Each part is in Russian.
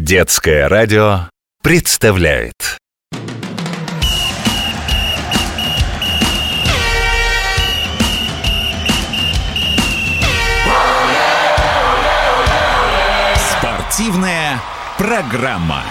Детское радио представляет спортивная программа.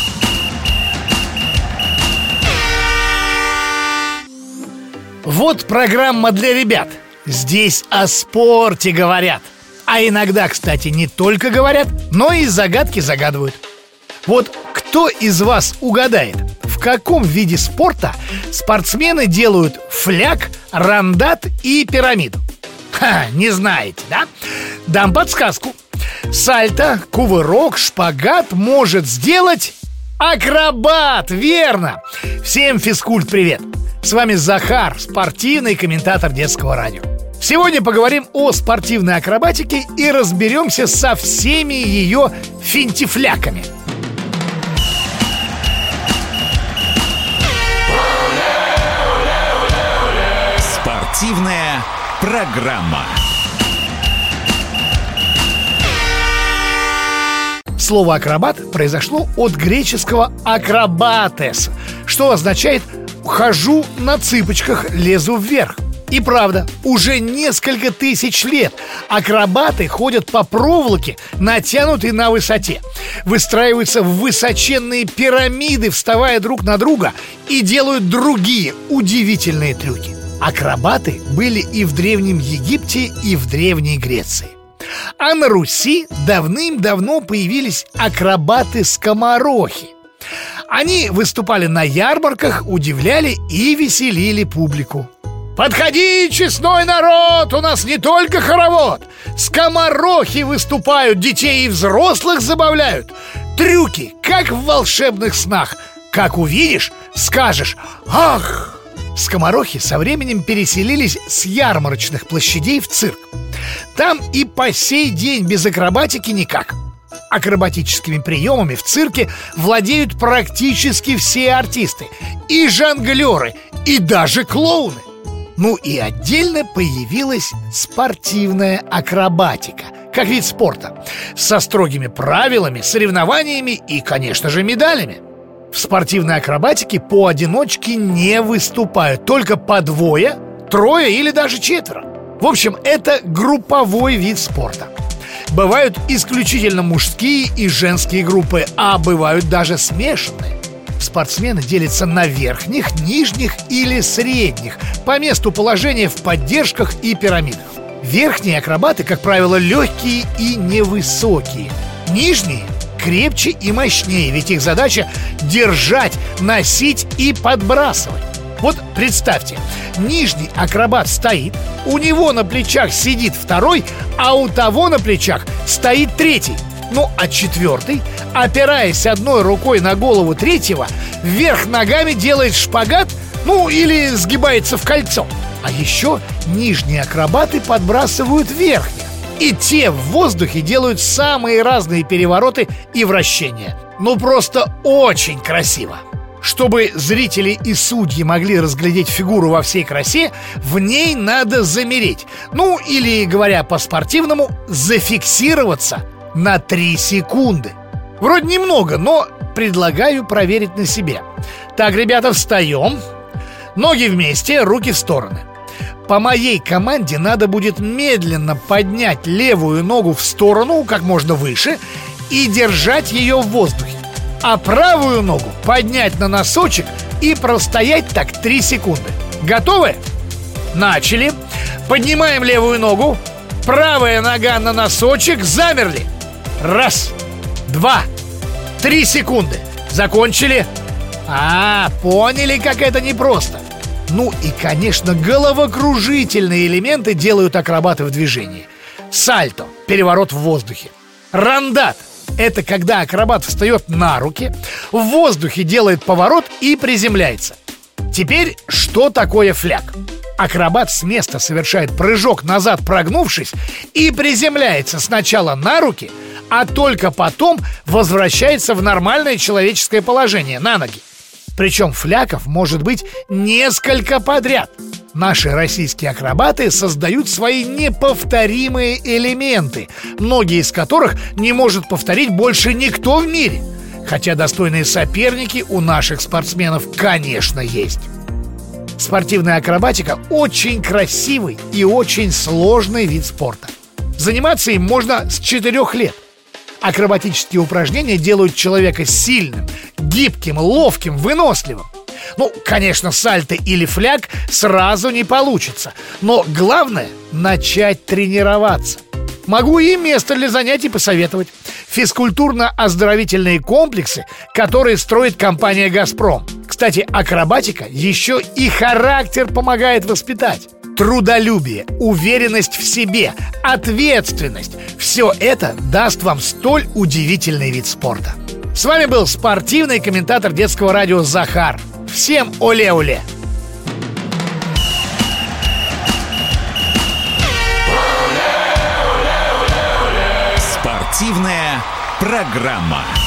Вот программа для ребят. Здесь о спорте говорят. А иногда, кстати, не только говорят, но и загадки загадывают. Вот кто из вас угадает, в каком виде спорта спортсмены делают фляг, рандат и пирамиду? Не знаете, да? Дам подсказку. Сальто, кувырок, шпагат может сделать акробат, верно! Всем физкульт-привет! С вами Захар, спортивный комментатор детского радио. Сегодня поговорим о спортивной акробатике и разберемся со всеми ее финтифляками. Спортивная программа. Слово «акробат» произошло от греческого «акробатес», что означает «хожу на цыпочках, лезу вверх». И правда, уже несколько тысяч лет акробаты ходят по проволоке, натянутой на высоте, выстраиваются в высоченные пирамиды, вставая друг на друга, и делают другие удивительные трюки. Акробаты были и в Древнем Египте, и в Древней Греции. А на Руси давным-давно появились акробаты-скоморохи. Они выступали на ярмарках, удивляли и веселили публику. «Подходи, честной народ, у нас не только хоровод. Скоморохи выступают, детей и взрослых забавляют. Трюки, как в волшебных снах. Как увидишь, скажешь «Ах!». Скоморохи со временем переселились с ярмарочных площадей в цирк. Там и по сей день без акробатики никак. Акробатическими приемами в цирке владеют практически все артисты, и жонглеры, и даже клоуны. Ну и отдельно появилась спортивная акробатика, как вид спорта, со строгими правилами, соревнованиями и, конечно же, медалями. В спортивной акробатике поодиночке не выступают, только по двое, трое или даже четверо. В общем, это групповой вид спорта. Бывают исключительно мужские и женские группы, а бывают даже смешанные. Спортсмены делятся на верхних, нижних или средних по месту положения в поддержках и пирамидах. Верхние акробаты, как правило, легкие и невысокие. Нижние крепче и мощнее, ведь их задача держать, носить и подбрасывать. Вот представьте, нижний акробат стоит, у него на плечах сидит второй, а у того на плечах стоит третий. Ну, а четвертый, опираясь одной рукой на голову третьего, вверх ногами делает шпагат, ну, или сгибается в кольцо. А еще нижние акробаты подбрасывают верхних, и те в воздухе делают самые разные перевороты и вращения. Ну, просто очень красиво. Чтобы зрители и судьи могли разглядеть фигуру во всей красе, в ней надо замереть. Ну, или, говоря по-спортивному, зафиксироваться на 3 секунды. Вроде немного, но предлагаю проверить на себе. Так, ребята, встаем. Ноги вместе, руки в стороны. По моей команде надо будет медленно поднять левую ногу в сторону, как можно выше, и держать ее в воздухе. А правую ногу поднять на носочек и простоять так 3 секунды. Готовы? Начали. Поднимаем левую ногу. Правая нога на носочек. Замерли. 1, 2, 3 секунды. Закончили. Поняли, как это непросто. Ну и, конечно, головокружительные элементы делают акробаты в движении. Сальто – переворот в воздухе. Рандат – это когда акробат встает на руки, в воздухе делает поворот и приземляется. Теперь, что такое фляг? Акробат с места совершает прыжок назад, прогнувшись, и приземляется сначала на руки, а только потом возвращается в нормальное человеческое положение, на ноги. Причем фляков может быть несколько подряд. Наши российские акробаты создают свои неповторимые элементы, многие из которых не может повторить больше никто в мире. Хотя достойные соперники у наших спортсменов, конечно, есть. Спортивная акробатика – очень красивый и очень сложный вид спорта. Заниматься им можно с 4 лет. Акробатические упражнения делают человека сильным, гибким, ловким, выносливым. Ну, конечно, сальто или фляг сразу не получится, но главное – начать тренироваться. Могу и место для занятий посоветовать. Физкультурно-оздоровительные комплексы, которые строит компания «Газпром». Кстати, акробатика еще и характер помогает воспитать. Трудолюбие, уверенность в себе, ответственность – все это даст вам столь удивительный вид спорта. С вами был спортивный комментатор детского радио Захар. Всем оле-оле! Спортивная программа.